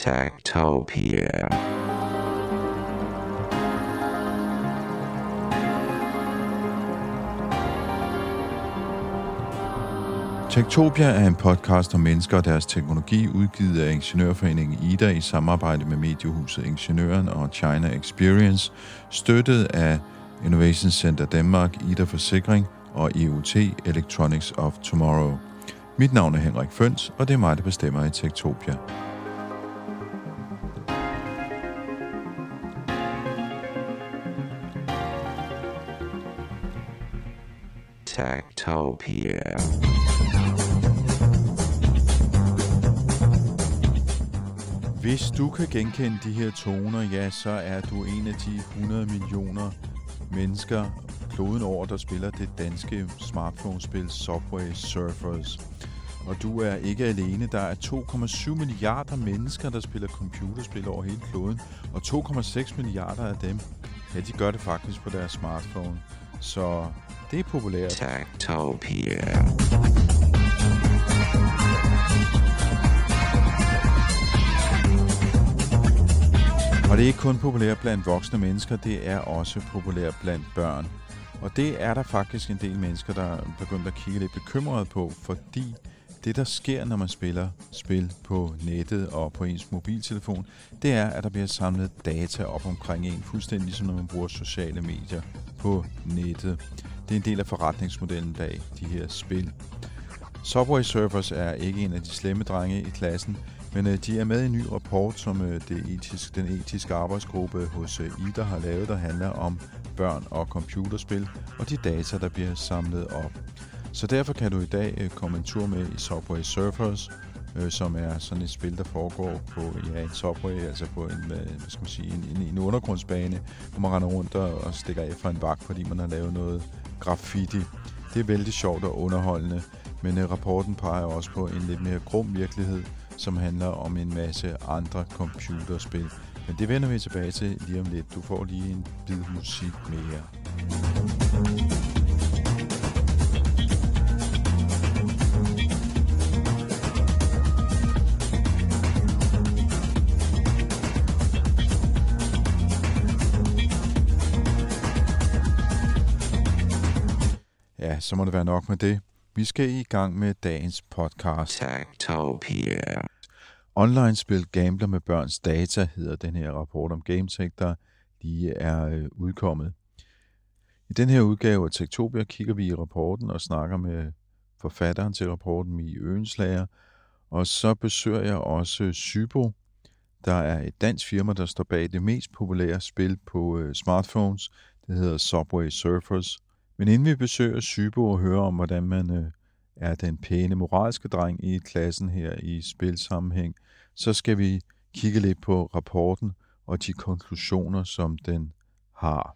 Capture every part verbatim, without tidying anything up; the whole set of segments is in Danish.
Techtopia. Techtopia er en podcast om mennesker og deres teknologi, udgivet af Ingeniørforeningen IDA i samarbejde med mediehuset Ingeniøren og China Experience, støttet af Innovation Center Danmark, IDA Forsikring og E U T Electronics of Tomorrow. Mit navn er Henrik Føns, og det er mig, der bestemmer i Techtopia. Techtopia. Hvis du kan genkende de her toner, ja, så er du en af de hundrede millioner mennesker kloden over, der spiller det danske smartphone-spil Subway Surfers. Og du er ikke alene. Der er to komma syv milliarder mennesker, der spiller computerspil over hele kloden. Og to komma seks milliarder af dem, ja, de gør det faktisk på deres smartphone. Så det er populært. Techtopia. Og det er ikke kun populært blandt voksne mennesker, det er også populært blandt børn. Og det er der faktisk en del mennesker, der er begyndt at kigge lidt bekymret på, fordi det, der sker, når man spiller spil på nettet og på ens mobiltelefon, det er, at der bliver samlet data op omkring en, fuldstændig ligesom når man bruger sociale medier på nettet. Det er en del af forretningsmodellen bag de her spil. Subway Surfers er ikke en af de slemme drenge i klassen, men øh, de er med i en ny rapport, som øh, det etiske, den etiske arbejdsgruppe hos øh, IDA har lavet, der handler om børn og computerspil og de data, der bliver samlet op. Så derfor kan du i dag øh, komme en tur med i Subway Surfers, øh, som er sådan et spil, der foregår på ja, en subway, altså på en, øh, hvad skal man sige, en, en, en undergrundsbane, hvor man render rundt og, og stikker af fra en vagt, fordi man har lavet noget graffiti. Det er vældig sjovt og underholdende, men øh, rapporten peger også på en lidt mere grum virkelighed, som handler om en masse andre computerspil. Men det vender vi tilbage til lige om lidt. Du får lige en bid musik mere. Ja, så må det være nok med det. Vi skal i gang med dagens podcast. Techtopia. Online-spil gambler med børns data, hedder den her rapport om GameTech, der lige er øh, udkommet. I den her udgave af Techtopia kigger vi i rapporten og snakker med forfatteren til rapporten, Mie Øenslager, og så besøger jeg også Sybo, der er et dansk firma, der står bag det mest populære spil på øh, smartphones. Det hedder Subway Surfers. Men inden vi besøger Sybo og hører om, hvordan man øh, er den pæne moralske dreng i klassen her i spilsammenhæng, så skal vi kigge lidt på rapporten og de konklusioner, som den har.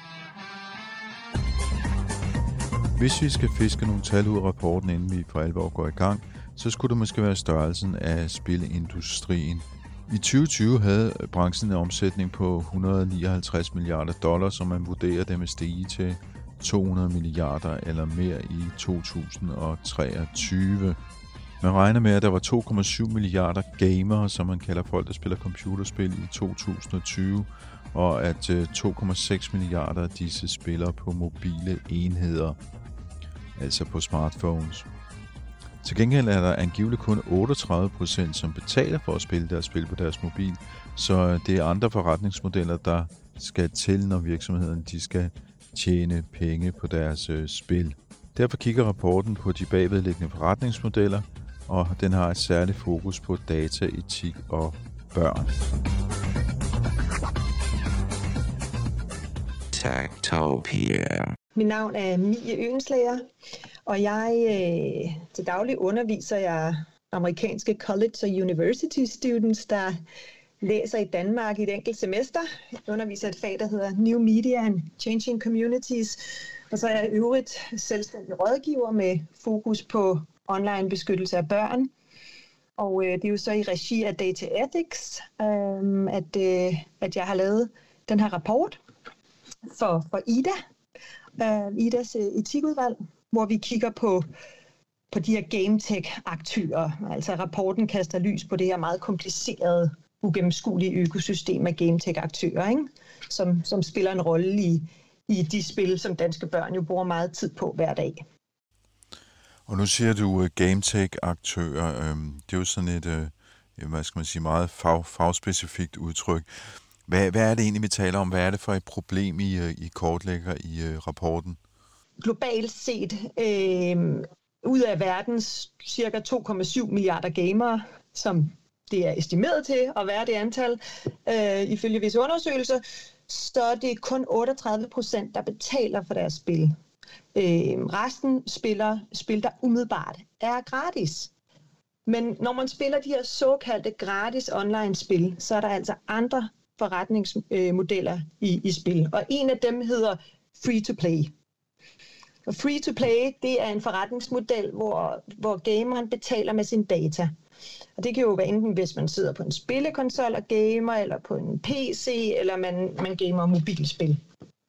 Hvis vi skal fiske nogle tal ud af rapporten, inden vi for alvor går i gang, så skulle det måske være størrelsen af spilindustrien. I tyve tyve havde branchen en omsætning på et hundrede og nioghalvtreds milliarder dollars, som man vurderer dem at stige til to hundrede milliarder eller mere i to tusind og treogtyve. Man regner med, at der var to komma syv milliarder gamere, som man kalder folk, der spiller computerspil i to tusind og tyve, og at to komma seks milliarder af disse spiller på mobile enheder, altså på smartphones. Til gengæld er der angiveligt kun otteogtredive procent, som betaler for at spille deres spil på deres mobil, så det er andre forretningsmodeller, der skal til, når virksomheden de skal tjene penge på deres øh, spil. Derfor kigger rapporten på de bagvedliggende forretningsmodeller, og den har et særligt fokus på data, etik og børn. Techtopia. Mit navn er Mie Øenslager, og jeg øh, til daglig underviser jeg amerikanske college og university students, der læser i Danmark i et enkelt semester. Jeg underviser et fag, der hedder New Media and Changing Communities. Og så er jeg øvrigt selvstændig rådgiver med fokus på online beskyttelse af børn. Og øh, det er jo så i regi af Data Ethics, øh, at, øh, at jeg har lavet den her rapport for, for IDA, øh, IDAs øh, etikudvalg, hvor vi kigger på på de her GameTech-aktører. Altså rapporten kaster lys på det her meget komplicerede ugennemskuelige økosystem af gametech-aktører, ikke? Som, som spiller en rolle i, i de spil, som danske børn jo bruger meget tid på hver dag. Og nu siger du uh, gametech-aktører. Øhm, det er jo sådan et, øh, hvad skal man sige, meget fag, fagspecifikt udtryk. Hvad, hvad er det egentlig, vi taler om? Hvad er det for et problem, I, uh, I kortlægger i uh, rapporten? Globalt set, øh, ud af verdens cirka to komma syv milliarder gamere, som det er estimeret til at være det antal, øh, ifølge visse undersøgelser, så er det kun otteogtredive procent, der betaler for deres spil. Øh, resten spiller spil, der umiddelbart er gratis. Men når man spiller de her såkaldte gratis online-spil, så er der altså andre forretningsmodeller i, i spil. Og en af dem hedder free-to-play. Og free-to-play, det er en forretningsmodel, hvor, hvor gameren betaler med sin data. Og det kan jo være enten, hvis man sidder på en spillekonsol og gamer, eller på en P C, eller man, man gamer mobilspil.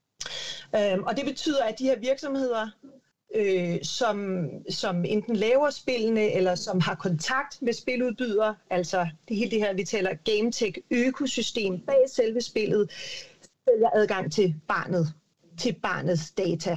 Øhm, og det betyder, at de her virksomheder, øh, som, som enten laver spillene, eller som har kontakt med spiludbydere, altså det hele det her, vi taler gametech-økosystem bag selve spillet, sælger adgang til barnet, til barnets data.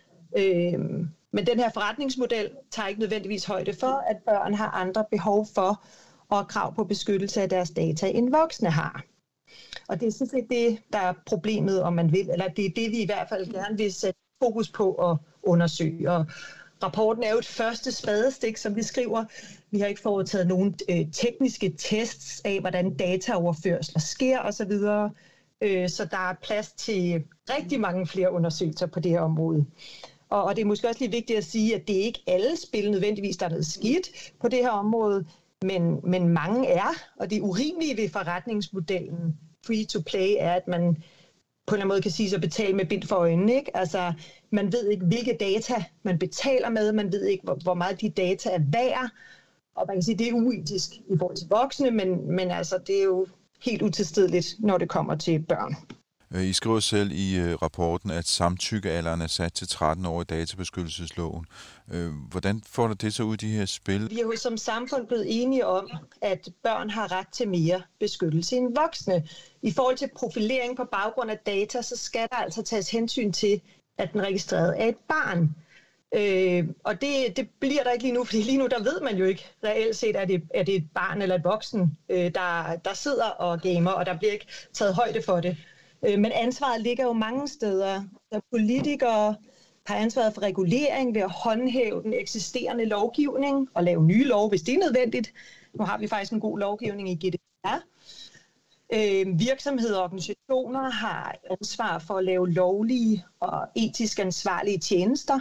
Øhm, men den her forretningsmodel tager ikke nødvendigvis højde for, at børn har andre behov for og krav på beskyttelse af deres data, end voksne har. Og det er sådan set det, der er problemet, om man vil, eller det er det, vi i hvert fald gerne vil sætte fokus på at undersøge. Og rapporten er jo et første spadestik, som vi skriver. Vi har ikke foretaget nogen øh, tekniske tests af, hvordan dataoverførsler sker osv., øh, så der er plads til rigtig mange flere undersøgelser på det her område. Og, og det er måske også lige vigtigt at sige, at det er ikke alle spil nødvendigvis, der er noget skidt på det her område, men, men mange er, og det urimelige ved forretningsmodellen free-to-play er, at man på en eller anden måde kan sige at betale med bind for øjnene, ikke? Altså, man ved ikke, hvilke data man betaler med, man ved ikke, hvor, hvor meget de data er værd, og man kan sige, at det er uetisk i forhold til voksne, men, men altså, det er jo helt utilstedeligt, når det kommer til børn. I skriver selv i uh, rapporten, at samtykkealderen er sat til tretten år i databeskyttelsesloven. Uh, hvordan får du det så ud i de her spil? Vi er jo som samfund blevet enige om, at børn har ret til mere beskyttelse end voksne. I forhold til profilering på baggrund af data, så skal der altså tages hensyn til, at den registrerede er et barn. Øh, og det, det bliver der ikke lige nu, fordi lige nu der ved man jo ikke reelt set, er det, er det et barn eller et voksen, øh, der, der sidder og gamer, og der bliver ikke taget højde for det. Men ansvaret ligger jo mange steder. Der politikere har ansvaret for regulering ved at håndhæve den eksisterende lovgivning og lave nye lov, hvis det er nødvendigt. Nu har vi faktisk en god lovgivning i G D P R. Øh, virksomheder og organisationer har ansvar for at lave lovlige og etisk ansvarlige tjenester.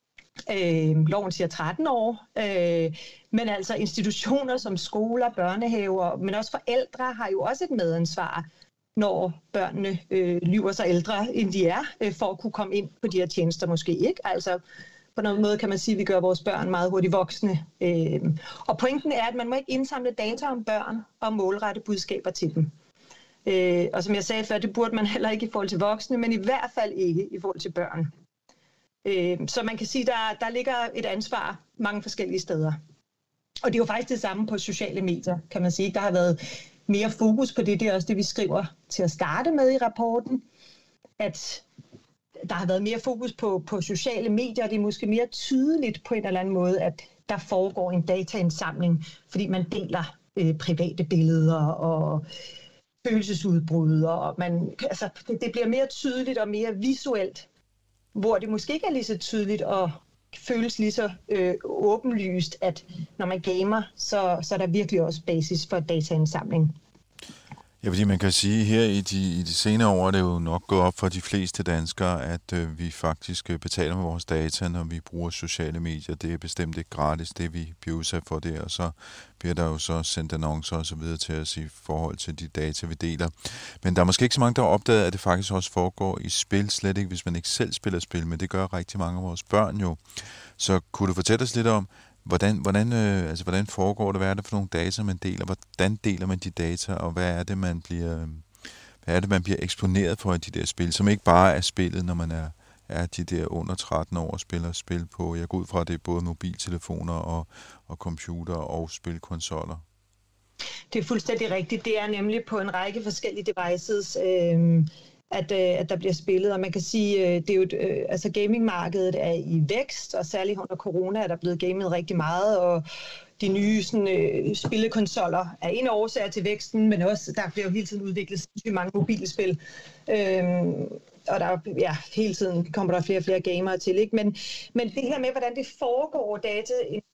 Øh, loven siger tretten år, øh, men altså institutioner som skoler, børnehaver, men også forældre har jo også et medansvar, når børnene øh, lyver sig ældre, end de er, øh, for at kunne komme ind på de her tjenester måske, ikke? Altså, på nogen måde kan man sige, at vi gør vores børn meget hurtigt voksne. Øh, og pointen er, at man må ikke indsamle data om børn og målrette budskaber til dem. Øh, og som jeg sagde før, det burde man heller ikke i forhold til voksne, men i hvert fald ikke i forhold til børn. Øh, så man kan sige, at der, der ligger et ansvar mange forskellige steder. Og det er jo faktisk det samme på sociale medier, kan man sige. Der har været mere fokus på det. Det er også det, vi skriver til at starte med i rapporten, at der har været mere fokus på, på sociale medier. Det er måske mere tydeligt på en eller anden måde, at der foregår en dataindsamling, fordi man deler øh, private billeder og følelsesudbrud. Og man, altså, det, det bliver mere tydeligt og mere visuelt, hvor det måske ikke er lige så tydeligt og føles lige så øh, åbenlyst, at når man gamer, så, så er der virkelig også basis for dataindsamling. Ja, fordi man kan sige, at her i de, i de senere år er det jo nok gået op for de fleste danskere, at øh, vi faktisk betaler med vores data, når vi bruger sociale medier. Det er bestemt ikke gratis, det vi bliver udsat for det, og så bliver der jo så sendt annoncer og så videre til os i forhold til de data, vi deler. Men der er måske ikke så mange, der har opdaget, at det faktisk også foregår i spil, slet ikke hvis man ikke selv spiller spil, men det gør rigtig mange af vores børn jo. Så kunne du fortælle os lidt om, Hvordan, hvordan, øh, altså, hvordan foregår det? Hvad er det for nogle data, man deler? Hvordan deler man de data? Og hvad er det, man bliver, hvad er det, man bliver eksponeret for i de der spil, som ikke bare er spillet, når man er, er de der under tretten år og spiller spil på? Jeg går ud fra, at det er både mobiltelefoner og, og computer og spilkonsoller. det er fuldstændig rigtigt. Det er nemlig på en række forskellige devices, øh, at, øh, at der bliver spillet. Og man kan sige, øh, det er jo, øh, altså gamingmarkedet er i vækst, og særligt under corona er der blevet gamet rigtig meget, og de nye sådan, øh, spillekonsoller er en årsag til væksten, men også der bliver jo hele tiden udviklet sindssygt mange mobilspil. Øhm, og der ja, hele tiden kommer der flere og flere gamere til, ikke? Men, men det her med, hvordan det foregår data,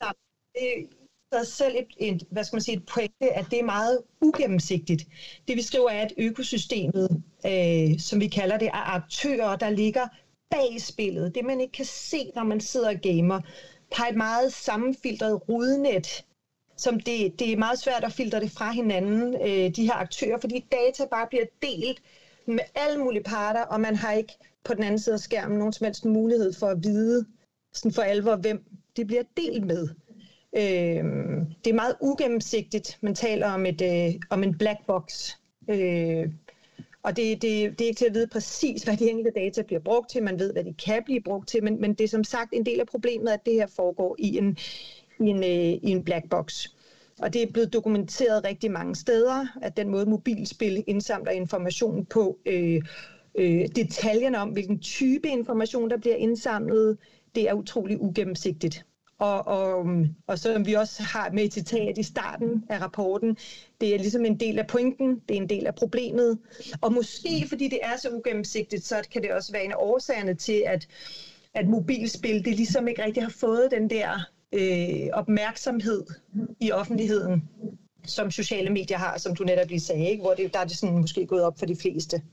det er selv et, et, hvad skal man sige, et pointe, at det er meget ugennemsigtigt. Det vi skriver er, at økosystemet, øh, som vi kalder det, er aktører, der ligger bag spillet. Det man ikke kan se, når man sidder og gamer, har et meget sammenfiltret rudenet, som det, det er meget svært at filtre det fra hinanden, øh, de her aktører, fordi data bare bliver delt med alle mulige parter, og man har ikke på den anden side af skærmen nogen som helst mulighed for at vide sådan for alvor, hvem det bliver delt med. Øh, det er meget ugennemsigtigt. Man taler om, et, øh, om en black box. Øh, og det, det, det er ikke til at vide præcis, hvad de enkelte data bliver brugt til. Man ved, hvad de kan blive brugt til, men, men det er som sagt en del af problemet, at det her foregår i en, i en, øh, i en black box. Og det er blevet dokumenteret rigtig mange steder, at den måde mobilspil indsamler information på, øh, øh, detaljerne om, hvilken type information, der bliver indsamlet, det er utrolig ugennemsigtigt. Og, og, og som vi også har med et citat i starten af rapporten, det er ligesom en del af pointen, det er en del af problemet. Og måske fordi det er så ugennemsigtigt, så kan det også være en af årsagerne til, at, at mobilspil det ligesom ikke rigtig har fået den der øh, opmærksomhed i offentligheden, som sociale medier har, som du netop lige sagde, ikke? Hvor det, der er det sådan måske gået op for de fleste.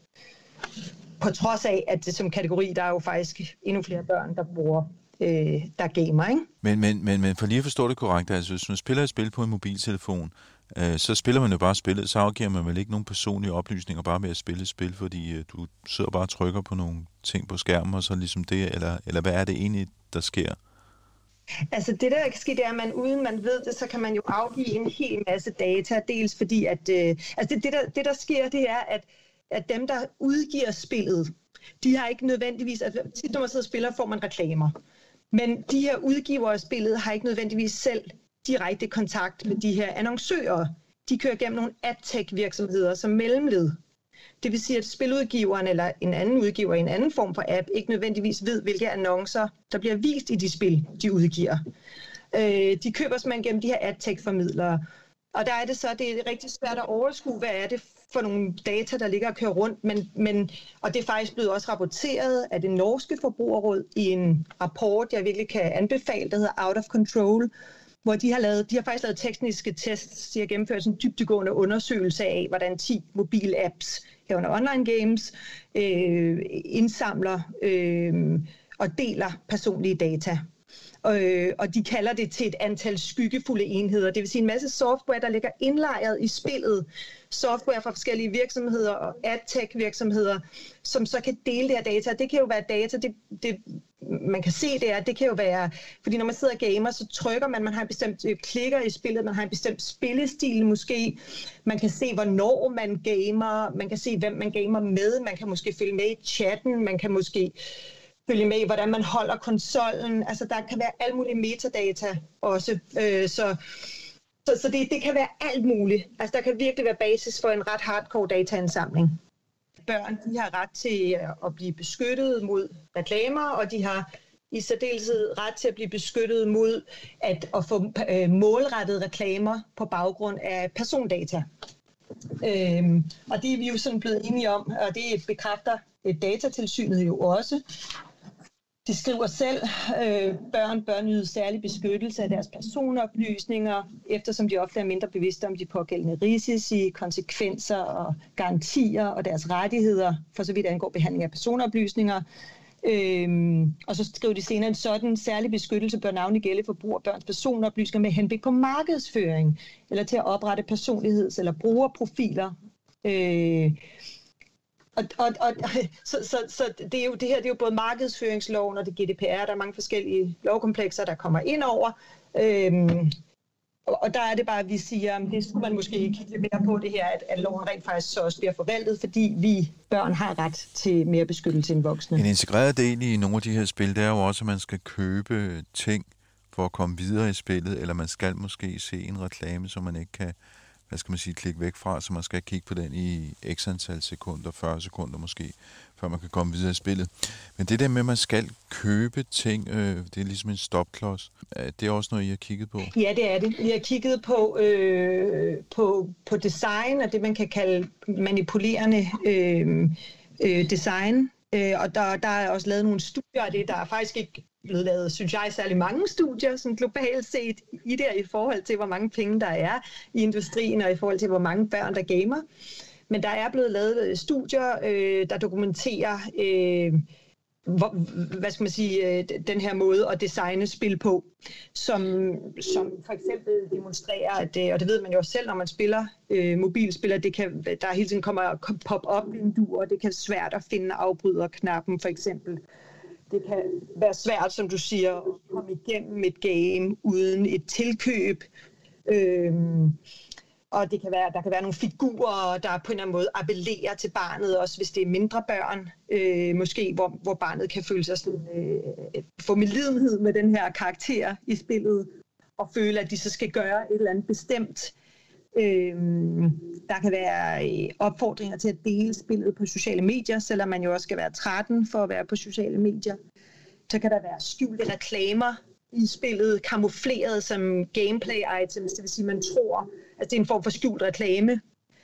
På trods af, at det som kategori, der er jo faktisk endnu flere børn, der bruger Øh, der gamer, ikke? Men, men, men, men for lige at forstå det korrekt, altså hvis man spiller et spil på en mobiltelefon, øh, så spiller man jo bare spillet, så afgiver man vel ikke nogen personlige oplysninger bare ved at spille et spil, fordi øh, du sidder bare og trykker på nogle ting på skærmen, og så ligesom det, eller, eller hvad er det egentlig, der sker? Altså det der kan ske, det er, at man uden man ved det, så kan man jo afgive en hel masse data, dels fordi at, øh, altså det, det, der, det der sker, det er, at, at dem, der udgiver spillet, de har ikke nødvendigvis, altså tit når man sidder og spiller, får man reklamer. Men de her udgivere af spillet har ikke nødvendigvis selv direkte kontakt med de her annoncører. De kører gennem nogle adtech-virksomheder som mellemled. Det vil sige, at spiludgiveren eller en anden udgiver i en anden form for app ikke nødvendigvis ved, hvilke annoncer, der bliver vist i de spil, de udgiver. Øh, de køber simpelthen gennem de her adtech-formidlere. Og der er det så, det er rigtig svært at overskue, hvad er det for nogle data, der ligger og kører rundt, men, men, og det er faktisk blevet også rapporteret af det norske forbrugerråd i en rapport, jeg virkelig kan anbefale, der hedder Out of Control, hvor de har, lavet, de har faktisk lavet tekniske tests, de har gennemført sådan en dybdegående undersøgelse af, hvordan ti mobile apps herunder online games øh, indsamler øh, og deler personlige data. Øh, og de kalder det til et antal skyggefulde enheder. Det vil sige en masse software, der ligger indlejret i spillet. Software fra forskellige virksomheder og adtech-virksomheder, som så kan dele det her data. Det kan jo være data, det, det, man kan se det er, det kan jo være, fordi når man sidder og gamer, så trykker man, man har en bestemt klikker i spillet, man har en bestemt spillestil måske. Man kan se, hvornår man gamer, man kan se, hvem man gamer med, man kan måske følge med i chatten, man kan måske følge med i, hvordan man holder konsollen. Altså, der kan være alle mulige metadata også. Øh, så så, så det, det kan være alt muligt. Altså, der kan virkelig være basis for en ret hardcore dataindsamling. Børn, de har ret til at blive beskyttet mod reklamer, og de har i særdeleshed ret til at blive beskyttet mod at, at få øh, målrettede reklamer på baggrund af persondata. Øhm, og det er vi jo sådan blevet enige om, og det bekræfter Datatilsynet jo også. De skriver selv, øh, børn bør nyde særlig beskyttelse af deres personoplysninger, eftersom de ofte er mindre bevidste om de pågældende risici, konsekvenser og garantier og deres rettigheder, for så vidt angår behandling af personoplysninger. Øhm, og så skriver de senere, en sådan særlig beskyttelse bør navnlig gælde for brug af børns personoplysninger med henblik på markedsføring, eller til at oprette personligheds- eller brugerprofiler. Øh, Og, og, og, så, så, så det, er jo, det her det er jo både markedsføringsloven og det G D P R, der er mange forskellige lovkomplekser, der kommer ind over. Øhm, og, og der er det bare, at vi siger, at det skulle man måske kigge lidt mere på det her, at, at loven rent faktisk så også bliver forvaltet, fordi vi børn har ret til mere beskyttelse end voksne. En integreret del i nogle af de her spil, det er jo også, at man skal købe ting for at komme videre i spillet, eller man skal måske se en reklame, så man ikke kan hvad skal man sige, klik væk fra, så man skal kigge på den i x antal sekunder, fyrre sekunder måske, før man kan komme videre i spillet. Men det der med, at man skal købe ting, øh, det er ligesom en stopklods. Det er også noget, I har kigget på? Ja, det er det. Vi har kigget på, øh, på, på design, og det man kan kalde manipulerende øh, øh, design. Øh, og der, der er også lavet nogle studier af det. Der er faktisk ikke blevet lavet, synes jeg, særlig mange studier sådan globalt set i det, i forhold til, hvor mange penge der er i industrien, og i forhold til, hvor mange børn, der gamer. Men der er blevet lavet studier, øh, der dokumenterer, øh, hvor, hvad skal man sige, øh, den her måde at designe spil på, som, som for eksempel demonstrerer, at det, og det ved man jo også selv, når man spiller øh, mobilspil, det kan, der hele tiden kommer pop-up-vinduer, det kan være svært at finde afbryderknappen for eksempel. Det kan være svært, som du siger, at komme igennem et game uden et tilkøb. Øhm, og det kan være, der kan være nogle figurer, der på en eller anden måde appellerer til barnet, også hvis det er mindre børn, øh, måske, hvor, hvor barnet kan føle sig sådan, øh, få medlidenhed med den her karakter i spillet, og føle, at de så skal gøre et eller andet bestemt. Øhm, der kan være øh, opfordringer til at dele spillet på sociale medier, selvom man jo også skal være tretten for at være på sociale medier. Så kan der være skjulte reklamer i spillet, kamufleret som gameplay items, det vil sige, man tror, at det er en form for skjult reklame.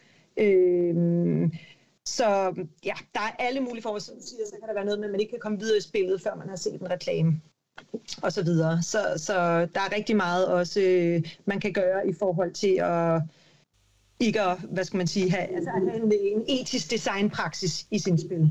Øhm, så ja, der er alle mulige former, som siger, så kan der være noget med, at man ikke kan komme videre i spillet, før man har set en reklame, og så videre. Så, så der er rigtig meget også, øh, man kan gøre i forhold til at ikke at, hvad skal man sige, have, altså have en, en etisk designpraksis i sin spil.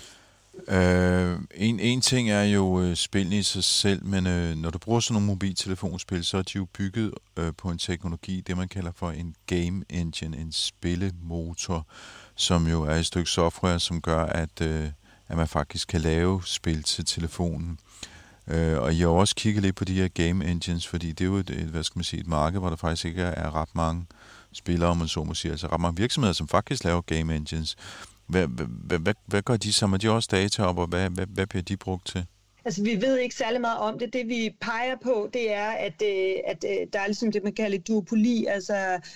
Uh, en, en ting er jo uh, spillene i sig selv, men uh, når du bruger sådan nogle mobiltelefonspil, så er de jo bygget uh, på en teknologi, det man kalder for en game engine, en spillemotor, som jo er et stykke software, som gør, at, uh, at man faktisk kan lave spil til telefonen. Uh, og jeg har også kigget lidt på de her game engines, fordi det er jo et, et, hvad skal man sige, et marked, hvor der faktisk ikke er, er ret mange spillere, om man så må sige, altså ret mange virksomheder, som faktisk laver game engines. Hvad, hvad, hvad, hvad gør de så? Har de også data op, og hvad, hvad, hvad bliver de brugt til? Altså, vi ved ikke særlig meget om det. Det, vi peger på, det er, at, at, at der er ligesom det, man kalder duopoli, altså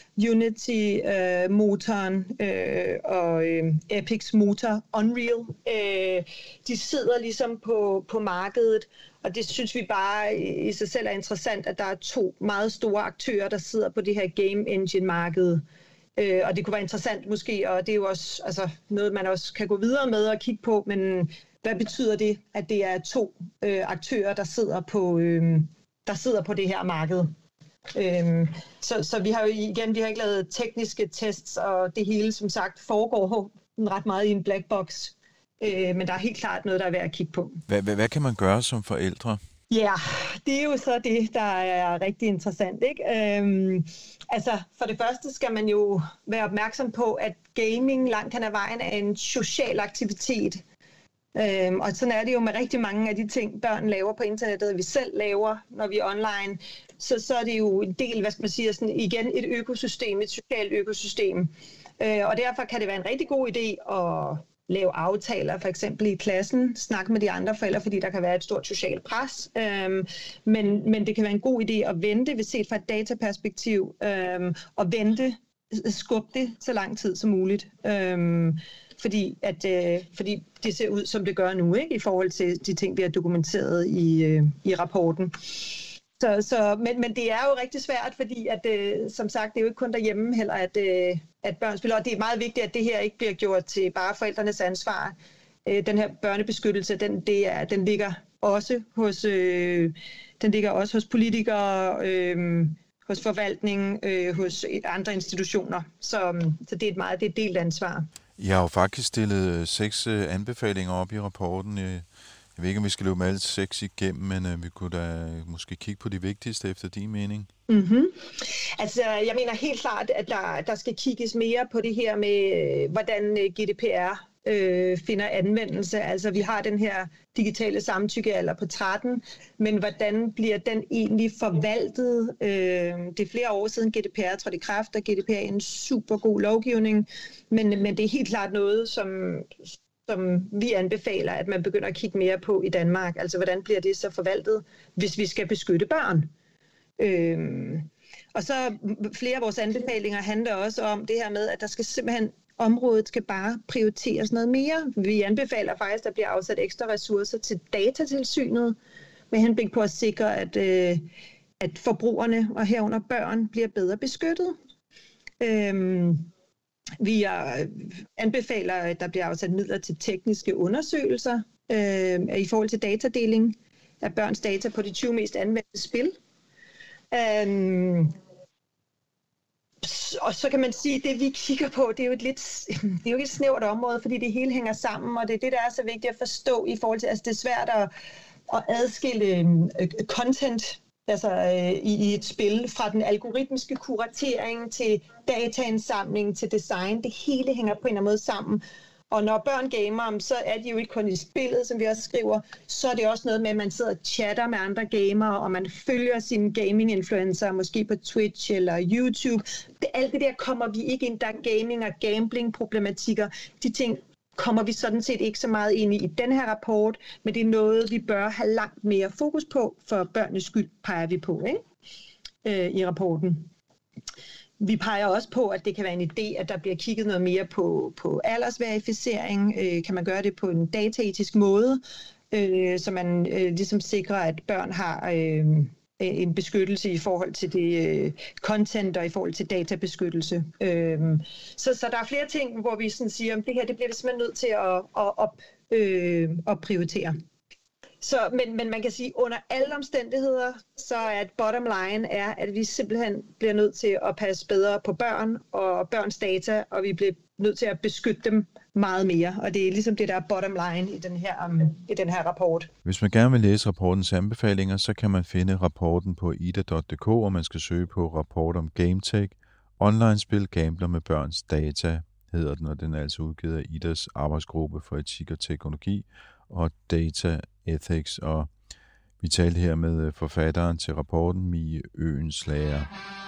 Unity-motoren øh, øh, og øh, Epics motor, Unreal. Øh, de sidder ligesom på, på markedet, og det synes vi bare i sig selv er interessant, at der er to meget store aktører, der sidder på det her game engine-marked. Øh, og det kunne være interessant måske, og det er jo også altså, noget, man også kan gå videre med og kigge på, men hvad betyder det, at det er to øh, aktører, der sidder på, øh, der sidder på det her marked? Øh, så, så vi har jo igen, vi har ikke lavet tekniske tests, og det hele, som sagt, foregår ret meget i en black box. Øh, men der er helt klart noget, der er værd at kigge på. Hvad, hvad, hvad kan man gøre som forældre? Ja, yeah, det er jo så det, der er rigtig interessant, ikke? Øhm, altså, for det første skal man jo være opmærksom på, at gaming langt hen ad vejen er en social aktivitet. Øhm, og sådan er det jo med rigtig mange af de ting, børn laver på internettet, vi selv laver, når vi er online. Så, så er det jo en del, hvad skal man sige, sådan igen et økosystem, et socialt økosystem. Øh, og derfor kan det være en rigtig god idé at lave aftaler, for eksempel i klassen, snakke med de andre forældre, fordi der kan være et stort socialt pres. Øhm, men, men det kan være en god idé at vente, hvis set fra et dataperspektiv, øhm, og vente, skubbe det så lang tid som muligt. Øhm, fordi, at, øh, fordi det ser ud, som det gør nu, ikke, i forhold til de ting, vi har dokumenteret i, øh, i rapporten. Så, så, men, men det er jo rigtig svært, fordi at, øh, som sagt, det er jo ikke kun derhjemme heller, at, øh, at børn spiller. Og det er meget vigtigt, at det her ikke bliver gjort til bare forældrenes ansvar. Øh, den her børnebeskyttelse, den, det er, den ligger også hos, øh, den ligger også hos politikere, øh, hos forvaltning, øh, hos andre institutioner. Så, så det er et meget det er et delt ansvar. Jeg har jo faktisk stillet seks øh, anbefalinger op i rapporten. Jeg ved ikke, om vi skal løbe med alle seks igennem, men øh, vi kunne da måske kigge på de vigtigste efter din mening. Mm-hmm. Altså, jeg mener helt klart, at der, der skal kigges mere på det her med, hvordan G D P R øh, finder anvendelse. Altså, vi har den her digitale samtykkealder på tretten, men hvordan bliver den egentlig forvaltet? Øh, det er flere år siden G D P R trådte i kraft, og G D P R er en super god lovgivning, men, men det er helt klart noget, som... som vi anbefaler, at man begynder at kigge mere på i Danmark. Altså, hvordan bliver det så forvaltet, hvis vi skal beskytte børn? Øhm, Og så flere af vores anbefalinger handler også om det her med, at der skal simpelthen området skal bare prioriteres noget mere. Vi anbefaler faktisk, at der bliver afsat ekstra ressourcer til Datatilsynet, med henblik på at sikre, at, øh, at forbrugerne og herunder børn bliver bedre beskyttet. Øhm, vi er, anbefaler, at der bliver afsat midler til tekniske undersøgelser øh, i forhold til datadeling af børns data på de tyve mest anvendte spil. Øhm, og så kan man sige, at det vi kigger på, det er jo et lidt, det er jo et snævert område, fordi det hele hænger sammen, og det er det, der er så vigtigt at forstå i forhold til, altså det er svært at, at adskille øh, content, altså øh, i, i et spil, fra den algoritmiske kuratering til dataindsamling til design. Det hele hænger på en eller anden måde sammen. Og når børn gamer, så er de jo ikke kun i spillet, som vi også skriver, så er det også noget med, at man sidder og chatter med andre gamere, og man følger sine gaming-influencer, måske på Twitch eller YouTube. Det, alt det der kommer vi ikke ind. Der er gaming- og gambling-problematikker. De ting kommer vi sådan set ikke så meget ind i i den her rapport, men det er noget, vi bør have langt mere fokus på, for børnenes skyld peger vi på, ikke? Øh, i rapporten. Vi peger også på, at det kan være en idé, at der bliver kigget noget mere på, på aldersverificering. Øh, kan man gøre det på en dataetisk måde, øh, så man øh, ligesom sikrer, at børn har øh, en beskyttelse i forhold til det øh, content og i forhold til databeskyttelse. Øh, så, så der er flere ting, hvor vi sådan siger, at det her det bliver vi simpelthen nødt til at, at, op, øh, at prioritere. Så, men, men man kan sige, at under alle omstændigheder, så er et bottom line, er, at vi simpelthen bliver nødt til at passe bedre på børn og børns data, og vi bliver nødt til at beskytte dem meget mere. Og det er ligesom det, der er bottom line i den her, um, i den her rapport. Hvis man gerne vil læse rapportens anbefalinger, så kan man finde rapporten på ida punktum d k, og man skal søge på rapport om GameTech. Online-spil gambler med børns data, hedder den, og den er altså udgivet af I D A's arbejdsgruppe for etik og teknologi og data ethics, og vi talte her med forfatteren til rapporten, Mie Øenslager.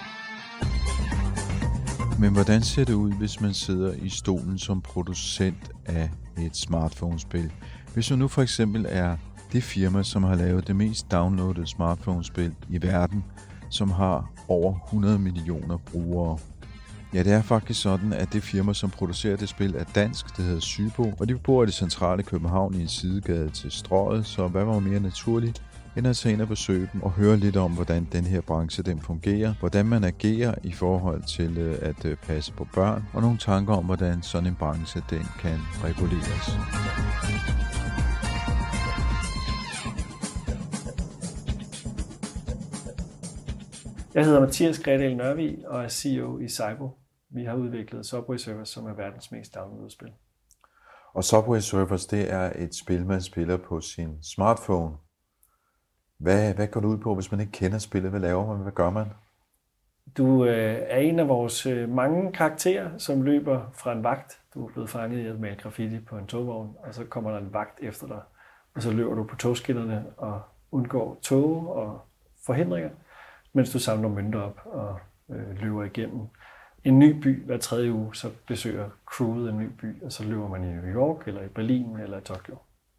Men hvordan ser det ud, hvis man sidder i stolen som producent af et smartphone-spil? Hvis man nu for eksempel er det firma, som har lavet det mest downloadede smartphone-spil i verden, som har over hundrede millioner brugere. Ja, det er faktisk sådan, at det firma, som producerer det spil, er dansk. Det hedder Sybo, og de bor i det centrale København i en sidegade til Strøget, så hvad var mere naturligt end at tage ind og besøge dem og høre lidt om, hvordan den her branche den fungerer, hvordan man agerer i forhold til at passe på børn, og nogle tanker om, hvordan sådan en branche den kan reguleres. Jeg hedder Mathias Gredal Nørvig og er C E O i Sybo. Vi har udviklet Subway Surfers, som er verdens mest downloadede spil. Og Subway Surfers, det er et spil, man spiller på sin smartphone. Hvad, hvad går det ud på, hvis man ikke kender spillet? Hvad laver man? Hvad gør man? Du øh, er en af vores øh, mange karakterer, som løber fra en vagt. Du er blevet fanget i at male graffiti på en togvogn, og så kommer der en vagt efter dig. Og så løber du på togskinnerne og undgår tog og forhindringer, mens du samler mønter op og øh, løber igennem en ny by hver tredje uge. Så besøger crewet en ny by, og så løber man i New York, eller i Berlin, eller i Tokyo.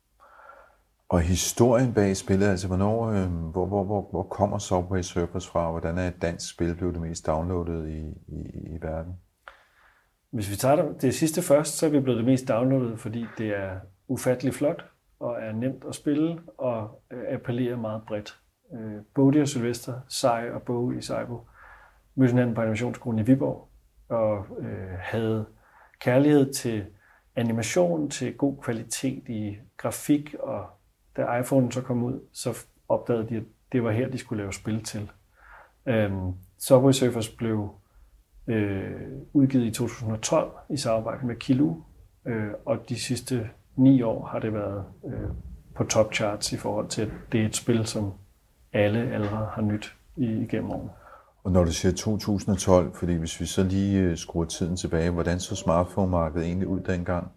Og historien bag spillet, altså hvornår, øh, hvor, hvor, hvor, hvor kommer Subway Surfers fra? Hvordan er et dansk spil blevet det mest downloadet i, i, i verden? Hvis vi tager det sidste først, så er vi blevet det mest downloadet, fordi det er ufattelig flot, og er nemt at spille, og appellerer meget bredt. Bodil og Sylvester, Sai og Bo i Sybo, mødte hinanden på animationsskolen i Viborg, og øh, havde kærlighed til animation, til god kvalitet i grafik, og da iPhone så kom ud, så opdagede de, at det var her, de skulle lave spil til. Øhm, Subway Surfers blev øh, udgivet i to tusind og tolv i samarbejde med Kilo, øh, og de sidste ni år har det været øh, på top charts i forhold til, at det er et spil, som alle aldre har nyt igennem årene. Og når du siger to tusind og tolv, fordi hvis vi så lige skruer tiden tilbage, hvordan så smartphone-markedet egentlig ud dengang?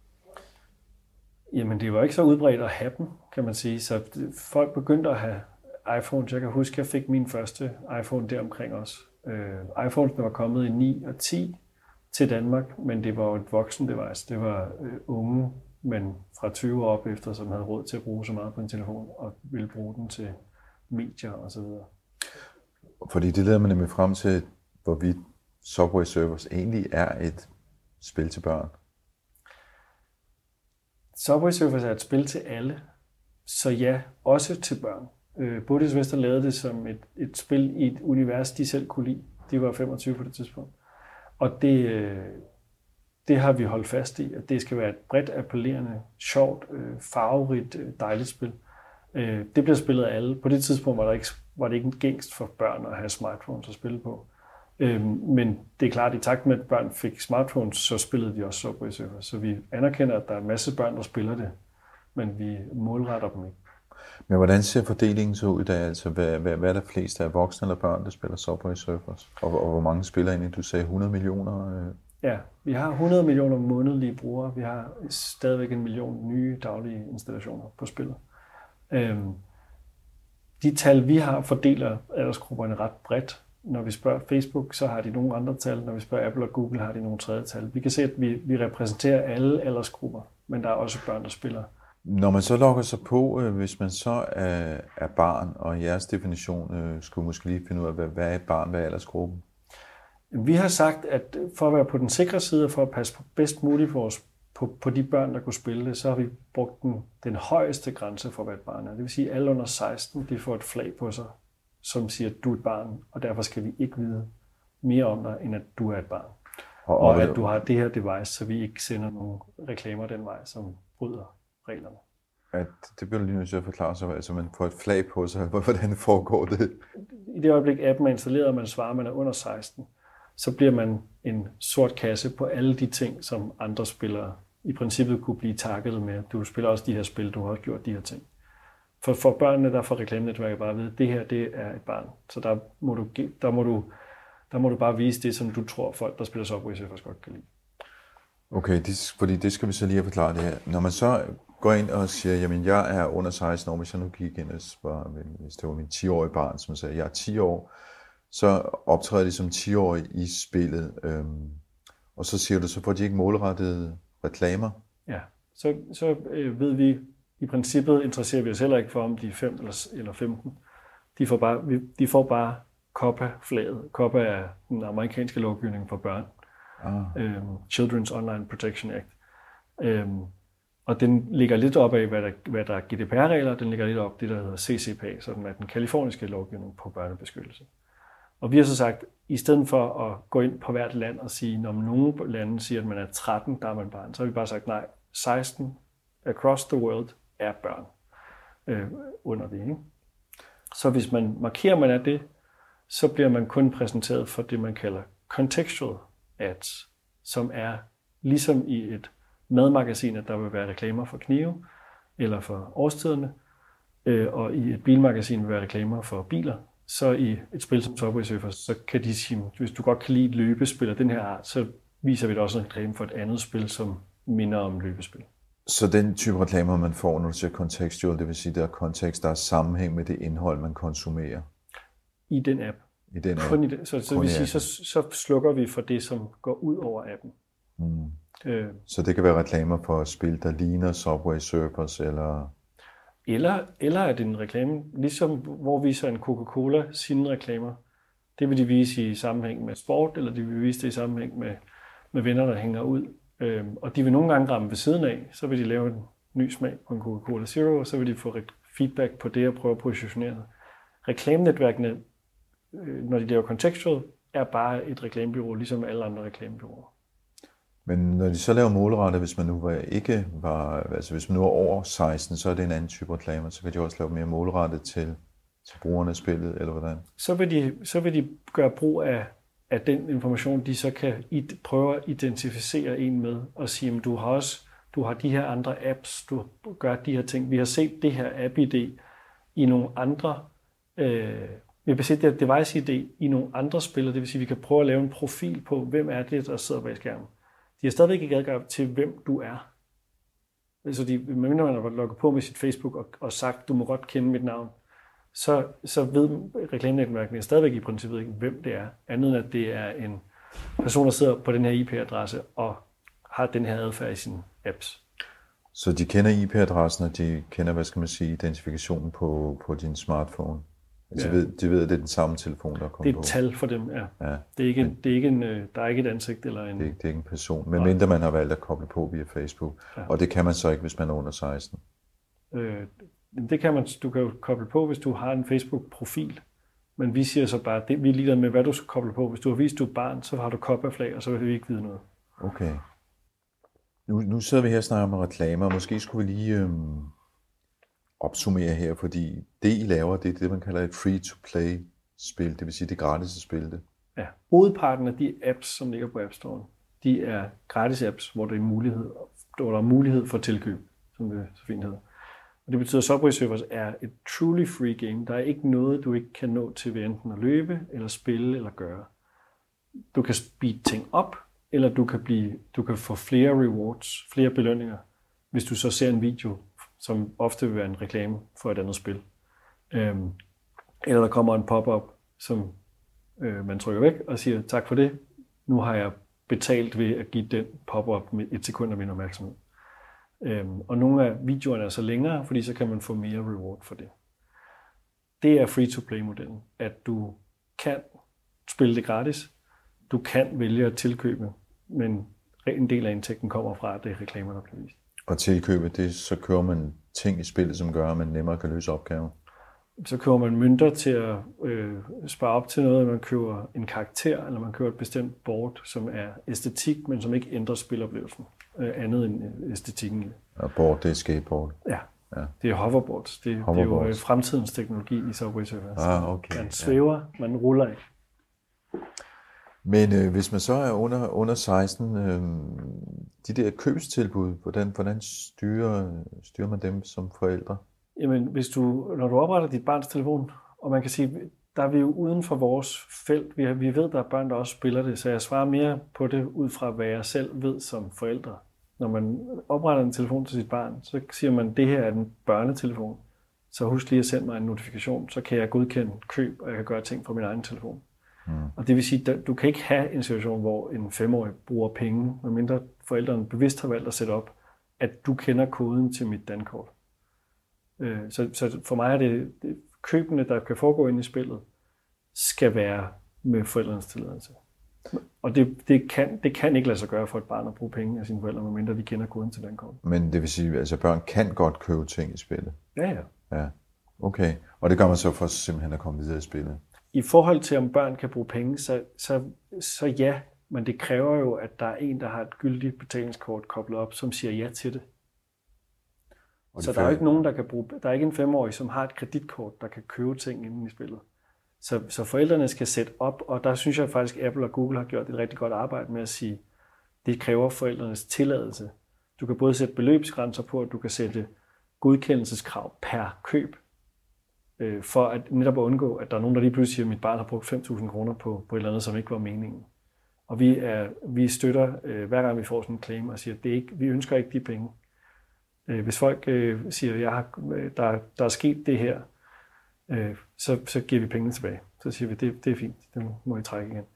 Jamen, det var ikke så udbredt at have dem, kan man sige. Så folk begyndte at have iPhones. Jeg kan huske, at jeg fik min første iPhone der omkring os. Uh, iPhones var kommet i ni og ti til Danmark, men det var jo et voksen device. Det var uh, unge, men fra tyve år op efter, som havde råd til at bruge så meget på en telefon og ville bruge den til medier og så videre. Fordi det leder mig nemlig frem til, hvorvidt Subway Surfers egentlig er et spil til børn. Subway Surfers er et spil til alle, så ja, også til børn. Øh, Bodil Svester lavede det som et, et spil i et univers, de selv kunne lide. De var femogtyve på det tidspunkt. Og det, øh, det har vi holdt fast i, at det skal være et bredt, appellerende, sjovt, øh, farverigt, øh, dejligt spil. Øh, det bliver spillet af alle. På det tidspunkt var, der ikke, var det ikke en gængst for børn at have smartphones at spille på. Øh, men det er klart, at i takt med, at børn fik smartphones, så spillede de også Subway Surfers. Så vi anerkender, at der er en masse børn, der spiller det, men vi målretter dem ikke. Men hvordan ser fordelingen så ud der? Altså, hvad, hvad, hvad er der flest af voksne eller børn, der spiller Subway Surfers? Og, og hvor mange spiller egentlig? Du sagde hundrede millioner? Ja, vi har hundrede millioner månedlige brugere. Vi har stadigvæk en million nye daglige installationer på spillet. Øhm, de tal, vi har, fordeler aldersgrupperne ret bredt. Når vi spørger Facebook, så har de nogle andre tal. Når vi spørger Apple og Google, har de nogle tredje tal. Vi kan se, at vi, vi repræsenterer alle aldersgrupper, men der er også børn, der spiller. Når man så logger sig på, øh, hvis man så er, er barn, og jeres definition øh, skulle måske lige finde ud af, hvad, hvad er et barn, hvad er aldersgruppen? Vi har sagt, at for at være på den sikre side, og for at passe på bedst muligt på, os, på, på de børn, der kunne spille det, så har vi brugt den, den højeste grænse for, hvad et barn er. Det vil sige, at alle under seksten, de får et flag på sig, som siger, at du er et barn, og derfor skal vi ikke vide mere om dig, end at du er et barn. Og, og at du har det her device, så vi ikke sender nogle reklamer den vej, som bryder reglerne. At det bliver lige nødt til at forklare sig, altså man får et flag på sig, hvordan foregår det? I det øjeblik, appen er installeret, og man svarer, at man er under seksten, så bliver man en sort kasse på alle de ting, som andre spillere i princippet kunne blive targetet med. Du spiller også de her spil, du har også gjort de her ting. For, for børnene, der får reklamenetværket bare at vide, at det her, det er et barn. Så der må du, der må du, der må du bare vise det, som du tror, folk, der spiller Subway Surfers godt kan lide. Okay, det, fordi det skal vi så lige have forklaret det her. Når man så går ind og siger, jamen jeg er under seksten år, hvis jeg nu gik ind og spørger, hvis det var min ti-årige barn, som sagde, jeg er ti år, så optræder de som ti-årige i spillet. Øhm, og så siger du, så får de ikke målrettede reklamer? Ja, så, så øh, ved vi, i princippet interesserer vi os heller ikke for, om de er fem eller, eller femten. De får bare, de får bare C O P A-flaget. C O P A er den amerikanske lovgivning for børn. Ah. Øhm, Children's Online Protection Act. Øhm, og den ligger lidt op af, hvad der, hvad der er G D P R-regler. Den ligger lidt op det, der hedder C C P A, som er den kaliforniske lovgivning på børnebeskyttelse. Og vi har så sagt, i stedet for at gå ind på hvert land og sige, når nogle lande siger, at man er tretten, der er man barn, så har vi bare sagt, nej, seksten across the world er børn øh, under det. Ikke? Så hvis man markerer, at man er det, så bliver man kun præsenteret for det, man kalder contextual ads, som er ligesom i et madmagasin, at der vil være reklamer for knive eller for årstiderne, øh, og i et bilmagasin vil være reklamer for biler. Så i et spil som Subway Surfers, så kan de sige, hvis du godt kan lide et løbespil af den her art, så viser vi dig også en reklame for et andet spil, som minder om løbespil. Så den type reklamer, man får, når du siger contextual, det vil sige, der er kontekst, der er sammenhæng med det indhold, man konsumerer? I den app. I den app. Kun i den. Så, så, vil sige, så, så slukker vi for det, som går ud over appen. Mm. Øh. Så det kan være reklamer for spil, der ligner Subway Surfers, eller... Eller, eller er det en reklame, ligesom hvor viser en Coca-Cola sine reklamer. Det vil de vise i sammenhæng med sport, eller de vil vise det i sammenhæng med, med venner, der hænger ud. Øhm, og de vil nogle gange ramme ved siden af, så vil de lave en ny smag på en Coca-Cola Zero, og så vil de få feedback på det og prøve at positionere det. Reklamenetværkene, øh, når de laver contextual, er bare et reklamebureau, ligesom alle andre reklamebureauer. Men når de så laver målrettet, hvis man nu var ikke var, altså hvis man nu er over seksten, så er det en anden type reklamer, så kan de også lave mere målrettet til, til brugerne af spillet, eller hvordan? Så vil de, så vil de gøre brug af, af den information, de så kan id- prøve at identificere en med, og sige, at du har også, du har de her andre apps, du gør de her ting. Vi har set det her app-I D i nogle andre, øh, vi har set det her device-I D i nogle andre spil, det vil sige, at vi kan prøve at lave en profil på, hvem er det, der sidder bag skærmen. De har stadigvæk ikke adgang til, hvem du er. Så de, medmindre man har logget på med sit Facebook og, og sagt, du må godt kende mit navn, så, så ved reklamenetværkene stadigvæk i princippet ikke, hvem det er, andet end at det er en person, der sidder på den her I P-adresse og har den her adfærd i sine apps. Så de kender I P-adressen, og de kender, hvad skal man sige, identifikationen på, på din smartphone? Altså, ja. de, ved, de ved, at det er den samme telefon, der kommer på. Det er et tal for dem, ja. ja. Det er ikke, en, det er ikke en, der er ikke et ansigt eller en... Det er, det er ikke en person, medmindre man har valgt at koble på via Facebook. Ja. Og det kan man så ikke, hvis man er under seksten. Øh, det kan man, du kan jo koble på, hvis du har en Facebook-profil. Men vi siger så bare, det vi er ligeglade med, hvad du skal koble på. Hvis du har vist, du er barn, så har du copperflag, og så vil vi ikke vide noget. Okay. Nu, nu sidder vi her og snakker om reklamer, og måske skulle vi lige øhm, opsummere her, fordi det, I laver, det er det, man kalder et free-to-play-spil, det vil sige, det er gratis at spille det. Ja, hovedparten af de apps, som ligger på App Store, de er gratis apps, hvor der er mulighed, hvor der er mulighed for tilkøb, som det så fint hedder. Og det betyder, at Subway Surfers er et truly free game. Der er ikke noget, du ikke kan nå til ved enten at løbe, eller spille, eller gøre. Du kan speede ting op, eller du kan, blive, du kan få flere rewards, flere belønninger, hvis du så ser en video, som ofte vil være en reklame for et andet spil. Øhm, eller der kommer en pop-up, som øh, man trykker væk og siger, tak for det, nu har jeg betalt ved at give den pop-up et sekund af min opmærksomhed. Øhm, og nogle af videoerne er så længere, fordi så kan man få mere reward for det. Det er free-to-play-modellen, at du kan spille det gratis, du kan vælge at tilkøbe, men en del af indtægten kommer fra, at det er reklamer, der bliver vist. Og tilkøbe, det så kører man ting i spillet, som gør, at man nemmere kan løse opgaven. Så køber man mønter til at øh, spare op til noget, man køber en karakter, eller man køber et bestemt board, som er æstetik, men som ikke ændrer spiloplevelsen, øh, andet end æstetikken i det. Og board, det er skateboard. Ja, ja. Det er hoverboards. Det, hoverboards. Det er jo øh, fremtidens teknologi i Subway Surfers. Ah, okay. Man svæver, ja. Man ruller ikke. Men øh, hvis man så er under, under seksten, øh, de der købstilbud, hvordan, hvordan styrer, styrer man dem som forældre? Jamen, hvis du, når du opretter dit barns telefon, og man kan sige, der er vi jo uden for vores felt. Vi, har, vi ved, der er børn, der også spiller det, så jeg svarer mere på det ud fra, hvad jeg selv ved som forældre. Når man opretter en telefon til sit barn, så siger man, det her er en børnetelefon. Så husk lige at sende mig en notifikation, så kan jeg godkende køb, og jeg kan gøre ting fra min egen telefon. Mm. Og det vil sige, at du kan ikke have en situation, hvor en femårig bruger penge, medmindre forældrene bevidst har valgt at sætte op, at du kender koden til mit dankort. Så, så for mig er det, det købene, der kan foregå inde i spillet, skal være med forældrenes tilladelse. Og det, det, kan, det kan ikke lade sig gøre for et barn at bruge penge af sine forældre, medmindre de kender koden til dankortet. Men det vil sige, at altså børn kan godt købe ting i spillet? Ja, ja. Ja, okay. Og det gør man så for simpelthen at komme videre i spillet? I forhold til, om børn kan bruge penge, så, så, så ja, men det kræver jo, at der er en, der har et gyldigt betalingskort koblet op, som siger ja til det. Så der er jo ikke nogen, der kan bruge, der er ikke en femårig, som har et kreditkort, der kan købe ting inde i spillet. Så, så forældrene skal sætte op, og der synes jeg faktisk, at Apple og Google har gjort et rigtig godt arbejde med at sige, det kræver forældrenes tilladelse. Du kan både sætte beløbsgrænser på, og du kan sætte godkendelseskrav per køb, øh, for at netop at undgå, at der er nogen, der lige pludselig siger, at mit barn har brugt fem tusind kroner på, på et eller andet, som ikke var meningen. Og vi, er, vi støtter, øh, hver gang vi får sådan en claim, og siger, at det er ikke, vi ønsker ikke de penge. Hvis folk øh, siger, at jeg har, der, der er sket det her, øh, så, så giver vi pengene tilbage. Så siger vi, det, det er fint, det må I trække igen.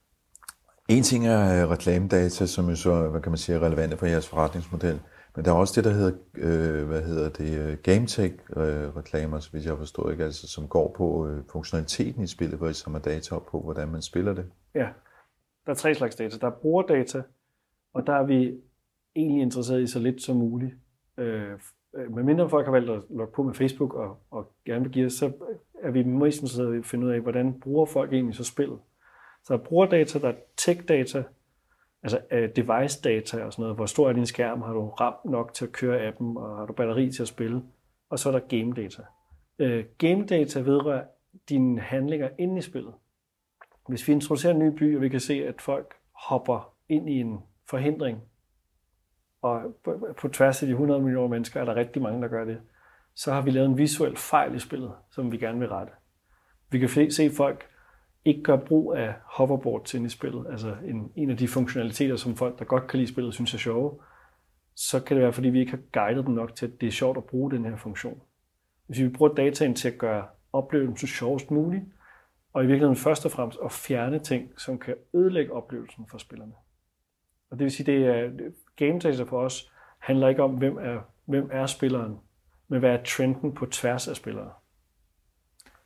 En ting er reklamedata, som jo så, hvad kan man sige, er relevante for jeres forretningsmodel. Men der er også det, der hedder, øh, hvad hedder det, GameTech-reklamer, så hvis jeg forstår ikke, altså, som går på øh, funktionaliteten i spillet, hvor I samler data op på, hvordan man spiller det. Ja, der er tre slags data. Der er brugerdata, og der er vi egentlig interesseret i så lidt som muligt. Øh, med mindre folk har valgt at logge på med Facebook og, og gerne vil give os, så er vi mest interesseret i at finde ud af, hvordan bruger folk egentlig så spillet. Så der er brugerdata, der er tech-data, altså uh, device-data og sådan noget. Hvor stor er din skærm? Har du RAM nok til at køre appen? Og har du batteri til at spille? Og så er der game-data. Uh, game-data vedrører dine handlinger inde i spillet. Hvis vi introducerer en ny by, og vi kan se, at folk hopper ind i en forhindring, og på tværs af de hundrede millioner mennesker er der rigtig mange, der gør det, så har vi lavet en visuel fejl i spillet, som vi gerne vil rette. Vi kan se, at folk ikke gør brug af hoverboards inde i spillet, altså en, en af de funktionaliteter, som folk, der godt kan lide spillet, synes er sjove, så kan det være, fordi vi ikke har guidet dem nok til, at det er sjovt at bruge den her funktion. Hvis vi bruger dataen til at gøre oplevelsen så sjovest muligt, og i virkeligheden først og fremmest at fjerne ting, som kan ødelægge oplevelsen for spillerne. Og det vil sige, det er game data for os handler ikke om, hvem er, hvem er spilleren, men hvad er trenden på tværs af spillere.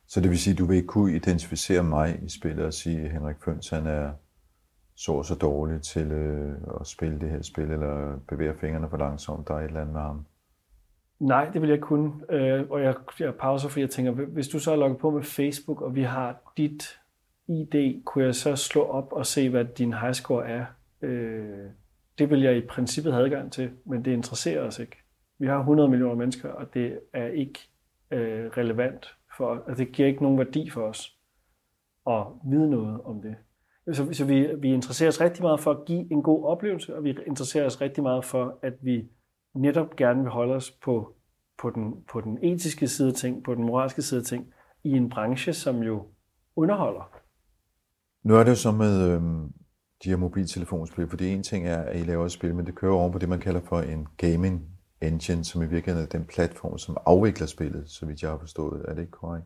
Så det vil sige, at du vil ikke kunne identificere mig i spillet og sige, at Henrik Føns, han er så så dårlig til øh, at spille det her spil, eller bevæge fingrene for langsomt, der er et eller andet med ham? Nej, det vil jeg kunne. Øh, og jeg, jeg pauser, fordi jeg tænker, hvis du så er logget på med Facebook, og vi har dit I D, kunne jeg så slå op og se, hvad din highscore er? Øh, det vil jeg i princippet have adgang til, men det interesserer os ikke. Vi har hundrede millioner mennesker, og det er ikke øh, relevant for os. Altså, det giver ikke nogen værdi for os at vide noget om det. Så, så vi, vi interesserer os rigtig meget for at give en god oplevelse, og vi interesserer os rigtig meget for, at vi netop gerne vil holde os på, på, den, på den etiske side af ting, på den moralske side af ting, i en branche, som jo underholder. Nu er det jo så med øhm, de her mobiltelefonspil, fordi en ting er, at I laver et spil, men det kører over på det, man kalder for en gaming engine, som i virkeligheden er den platform, som afvikler spillet, så vidt jeg har forstået. Er det ikke korrekt?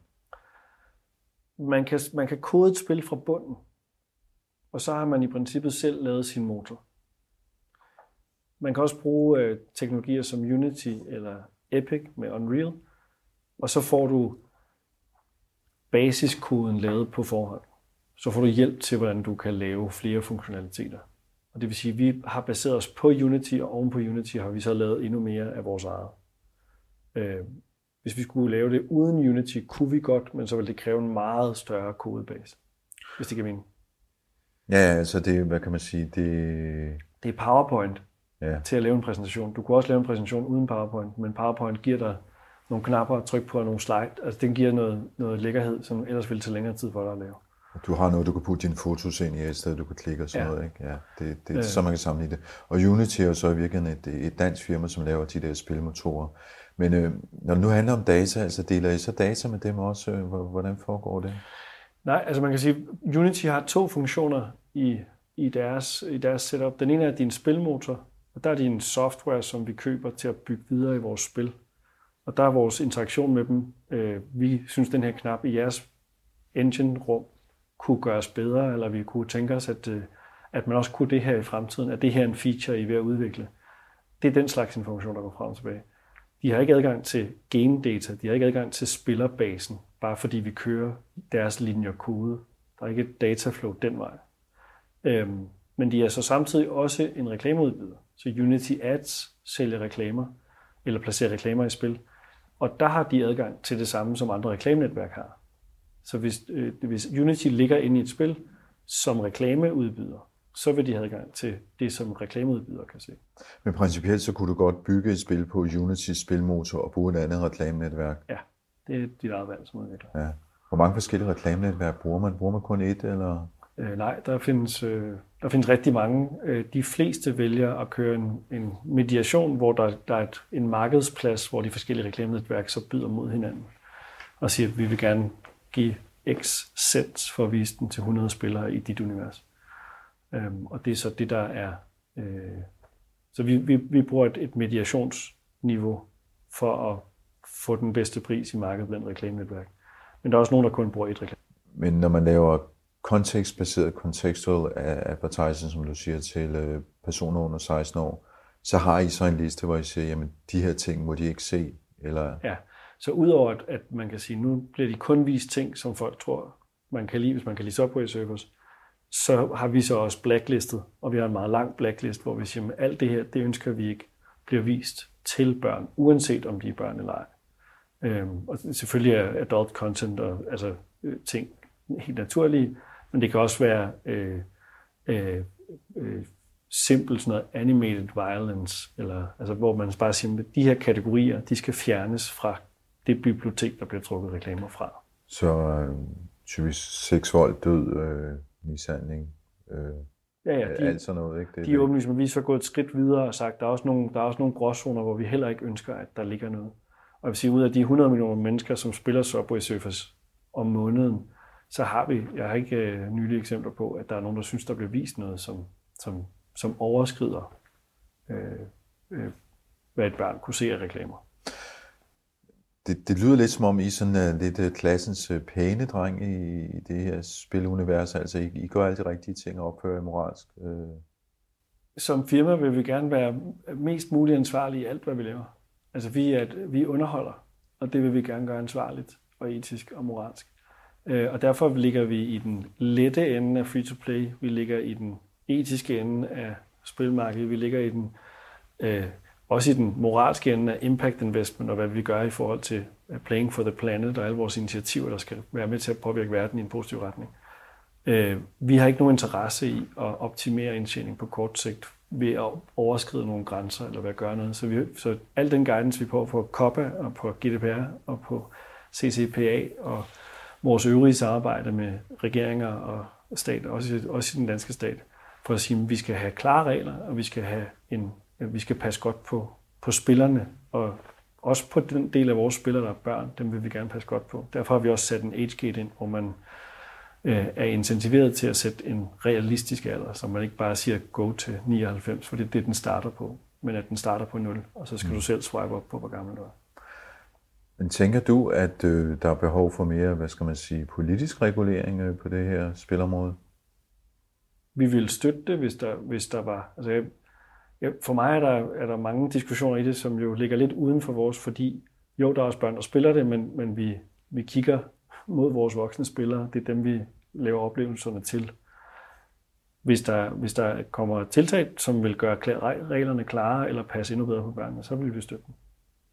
Man kan, man kan kode et spil fra bunden, og så har man i princippet selv lavet sin motor. Man kan også bruge øh, teknologier som Unity eller Epic med Unreal, og så får du basiskoden lavet på forhånd. Så får du hjælp til, hvordan du kan lave flere funktionaliteter. Og det vil sige, at vi har baseret os på Unity, og oven på Unity har vi så lavet endnu mere af vores eget. Øh, hvis vi skulle lave det uden Unity, kunne vi godt, men så ville det kræve en meget større kodebase, hvis det giver mening. Ja, altså det, hvad kan man sige, det... Det er PowerPoint ja. til at lave en præsentation. Du kunne også lave en præsentation uden PowerPoint, men PowerPoint giver dig nogle knapper at trykke på og nogle slide. Altså den giver noget, noget lækkerhed, som ellers ville tage længere tid for dig at lave. Du har noget, du kan putte dine fotos ind i, et sted du kan klikke og sådan ja. noget, ikke? Ja, det, det er øh. så man kan sammenligne det. Og Unity er jo så i virkeligheden et, et dansk firma, som laver de der spilmotorer. Men øh, når det nu handler om data, altså deler I så data med dem også? Øh, hvordan foregår det? Nej, altså man kan sige, Unity har to funktioner i, i, deres, i deres setup. Den ene er din spilmotor, og der er din software, som vi køber til at bygge videre i vores spil. Og der er vores interaktion med dem. Øh, vi synes, den her knap i jeres engine-rum kunne gøres bedre, eller vi kunne tænke os, at, at man også kunne det her i fremtiden, at det her er en feature, I er ved at udvikle. Det er den slags information, der går frem og tilbage. De har ikke adgang til game data, de har ikke adgang til spillerbasen, bare fordi vi kører deres linjer kode. Der er ikke et dataflow den vej. Øhm, men de er så samtidig også en reklameudbyder. Så Unity Ads sælger reklamer, eller placerer reklamer i spil. Og der har de adgang til det samme, som andre reklamenetværk har. Så hvis, øh, hvis Unity ligger inde i et spil som reklameudbyder, så vil de have adgang til det, som reklameudbyder kan se. Men principielt så kunne du godt bygge et spil på Unitys spilmotor og bruge et andet reklamenetværk? Ja, det er dit eget valg som udvikler. Ja. Hvor mange forskellige reklamenetværk bruger man? Bruger man kun et, eller? Øh, nej, der findes, øh, der findes rigtig mange. Øh, de fleste vælger at køre en, en mediation, hvor der, der er et, en markedsplads, hvor de forskellige reklamenetværk så byder mod hinanden og siger, at vi vil gerne give x cents for at vise den til hundrede spillere i dit univers. Øhm, og det er så det, der er... Øh, så vi, vi, vi bruger et, et mediationsniveau for at få den bedste pris i markedet blandt reklamenetværk. Men der er også nogen, der kun bruger et reklame. Men når man laver kontekstbaseret contextual advertising, som du siger, til øh, personer under seksten år, så har I så en liste, hvor I siger, jamen de her ting må de ikke se, eller... Ja. Så udover at, at man kan sige, nu bliver de kun vist ting, som folk tror, man kan lide, hvis man kan lide Subway Surfers, så har vi så også blacklistet, og vi har en meget lang blacklist, hvor vi siger, at alt det her, det ønsker vi ikke bliver vist til børn, uanset om de er børn eller ej. Øhm, og selvfølgelig er adult content og altså ting helt naturlige, men det kan også være øh, øh, øh, simpelt sådan noget animated violence, eller, altså, hvor man bare siger, at de her kategorier, de skal fjernes fra det bibliotek, der bliver trukket reklamer fra. Så øh, typisk sex, vold, død, øh, mishandling, øh, ja, ja, de, alt sådan noget, ikke? Det, de er åbenlyst, men vi er så gået et skridt videre og sagt, at der er også nogle, der er også nogle gråzoner, hvor vi heller ikke ønsker, at der ligger noget. Og jeg vil sige, ud af de hundrede millioner mennesker, som spiller Subway Surfers om måneden, så har vi, jeg har ikke øh, nylige eksempler på, at der er nogen, der synes, der bliver vist noget, som, som, som overskrider, øh, øh, hvad et barn kunne se af reklamer. Det, det lyder lidt som om I sådan uh, lidt uh, klassens uh, pæne dreng i, i det her spilunivers. Altså I, I gør alle de rigtige ting og opfører moralsk. Uh... Som firma vil vi gerne være mest muligt ansvarlige i alt, hvad vi laver. Altså vi, er, vi underholder, og det vil vi gerne gøre ansvarligt. og etisk og moralsk. Øh, og derfor ligger vi i den lette ende af free-to-play, vi ligger i den etiske ende af spilmarkedet, vi ligger i den, øh, også i den moralske ende af impact investment, og hvad vi gør i forhold til Playing for the Planet og alle vores initiativer, der skal være med til at påvirke verden i en positiv retning. Øh, vi har ikke nogen interesse i at optimere indtjening på kort sigt ved at overskride nogle grænser eller ved at gøre noget. Så, vi, så al den guidance, vi får på COPPA og på G D P R og på C C P A og vores øvrige samarbejde med regeringer og stat, også, også i den danske stat, for at sige, at vi skal have klare regler, og vi skal, have en, vi skal passe godt på, på spillerne, og også på den del af vores spillere, der er børn, dem vil vi gerne passe godt på. Derfor har vi også sat en age gate ind, hvor man øh, er incentiveret til at sætte en realistisk alder, så man ikke bare siger go til nioghalvfems, for det er det, den starter på, men at den starter på nul, og så skal mm. du selv swipe op på, hvor gammel du er. Men tænker du, at øh, der er behov for mere, hvad skal man sige, politisk regulering øh, på det her spilområde? Vi vil støtte det, hvis der, hvis der var... Altså, jeg, jeg, for mig er der, er der mange diskussioner i det, som jo ligger lidt uden for vores, fordi jo, der er også børn, der spiller det, men, men vi, vi kigger mod vores voksne spillere. Det er dem, vi laver oplevelserne til. Hvis der, hvis der kommer tiltag, som vil gøre reglerne klare eller passe endnu bedre på børnene, så vil vi støtte dem.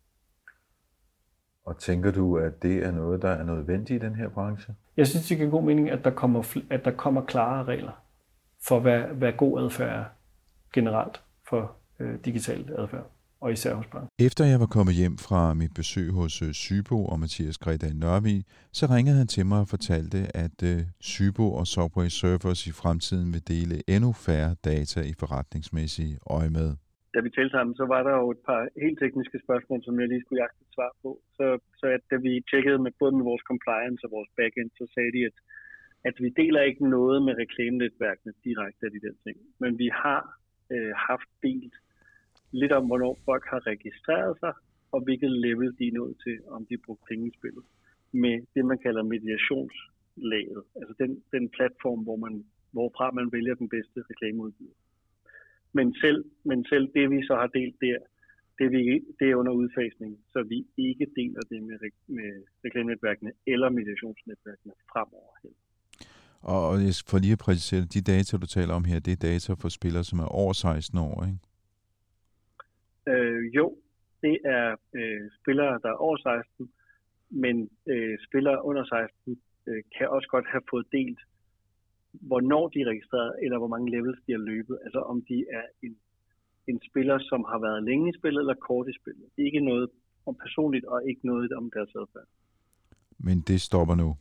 Og tænker du, at det er noget, der er nødvendigt i den her branche? Jeg synes, det giver god mening, at der kommer, at der kommer klare regler for, hvad, hvad god adfærd er generelt for øh, digital adfærd, og især hos børn. Efter jeg var kommet hjem fra mit besøg hos øh, Sybo og Mathias Gredal Nørvig, så ringede han til mig og fortalte, at øh, Sybo og Subway Surfers i fremtiden vil dele endnu færre data i forretningsmæssige øje med. Da vi talte sammen, så var der jo et par helt tekniske spørgsmål, som jeg lige skulle jagte et svar på. Så, så at, da vi tjekkede med både med vores compliance og vores backend, så sagde de, at, at vi deler ikke noget med reklamenetværkene direkte af de der ting. Men vi har øh, haft delt lidt om, hvornår folk har registreret sig, og hvilket level de er nået til, om de bruger penge i spillet. Med det, man kalder mediationslaget. Altså den, den platform, hvor man, hvorfra man vælger den bedste reklameudbyder. Men selv, men selv det, vi så har delt der, det, vi, det er under udfasning, så vi ikke deler det med, med reklamenetværkene eller mediationsnetværkene fremover. Og jeg får lige at præcisere, de data, du taler om her, det er data for spillere, som er over seksten år, ikke? Øh, jo, det er øh, spillere, der er over seksten, men øh, spillere under seksten øh, kan også godt have fået delt, hvornår de er registreret, eller hvor mange levels de har løbet. Altså om de er en, en spiller, som har været længe i spillet, eller kort i spillet. Det er ikke noget om personligt, og ikke noget om deres adfærd. Men det stopper nu?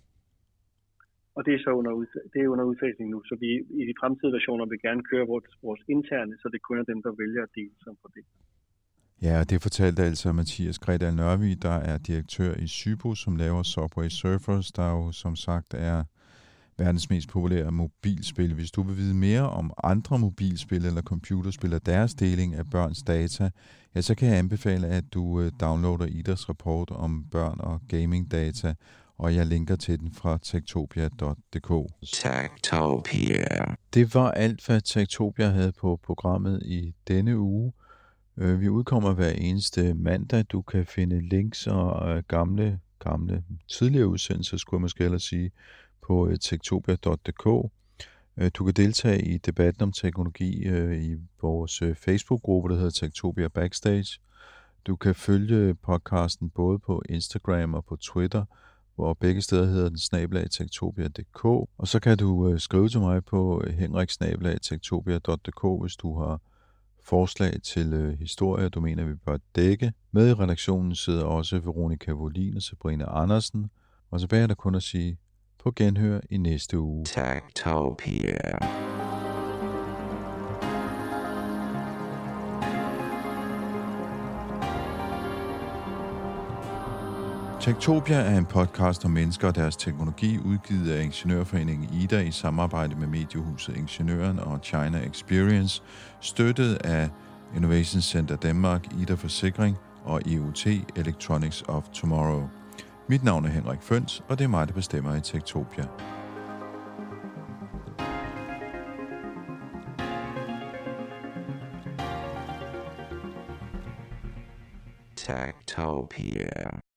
Og det er så under, det er under udfasning nu, så vi i de fremtidige versioner vil gerne køre vores, vores interne, så det kun er dem, der vælger at dele, som får det. Ja, det fortalte altså Mathias Gredal Nørvig, der er direktør i Sybo, som laver Subway Surfers, der jo som sagt er verdens mest populære mobilspil. Hvis du vil vide mere om andre mobilspil eller computerspil og deres deling af børns data, ja, så kan jeg anbefale, at du downloader Idas rapport om børn og gamingdata, og jeg linker til den fra techtopia punktum d k. Techtopia. Det var alt, hvad Techtopia havde på programmet i denne uge. Vi udkommer hver eneste mandag. Du kan finde links og gamle, gamle tidligere udsendelser, skulle jeg måske ellers sige, på techtopia punktum d k. Du kan deltage i debatten om teknologi i vores Facebook-gruppe, der hedder Techtopia Backstage. Du kan følge podcasten både på Instagram og på Twitter, hvor begge steder hedder den snabel-a techtopia punktum d k. Og så kan du skrive til mig på henrik snabel-a techtopia punktum d k, hvis du har forslag til historier, du mener, vi bør dække. Med i redaktionen sidder også Veronica Volin og Sabrina Andersen. Og tilbage er der kun at sige på genhør i næste uge. Techtopia. Techtopia er en podcast om mennesker og deres teknologi, udgivet af Ingeniørforeningen Ida i samarbejde med mediehuset Ingeniøren og China Experience, støttet af Innovation Center Danmark, Ida Forsikring og E U T Electronics of Tomorrow. Mit navn er Henrik Føns, og det er mig, der bestemmer i Techtopia. Techtopia.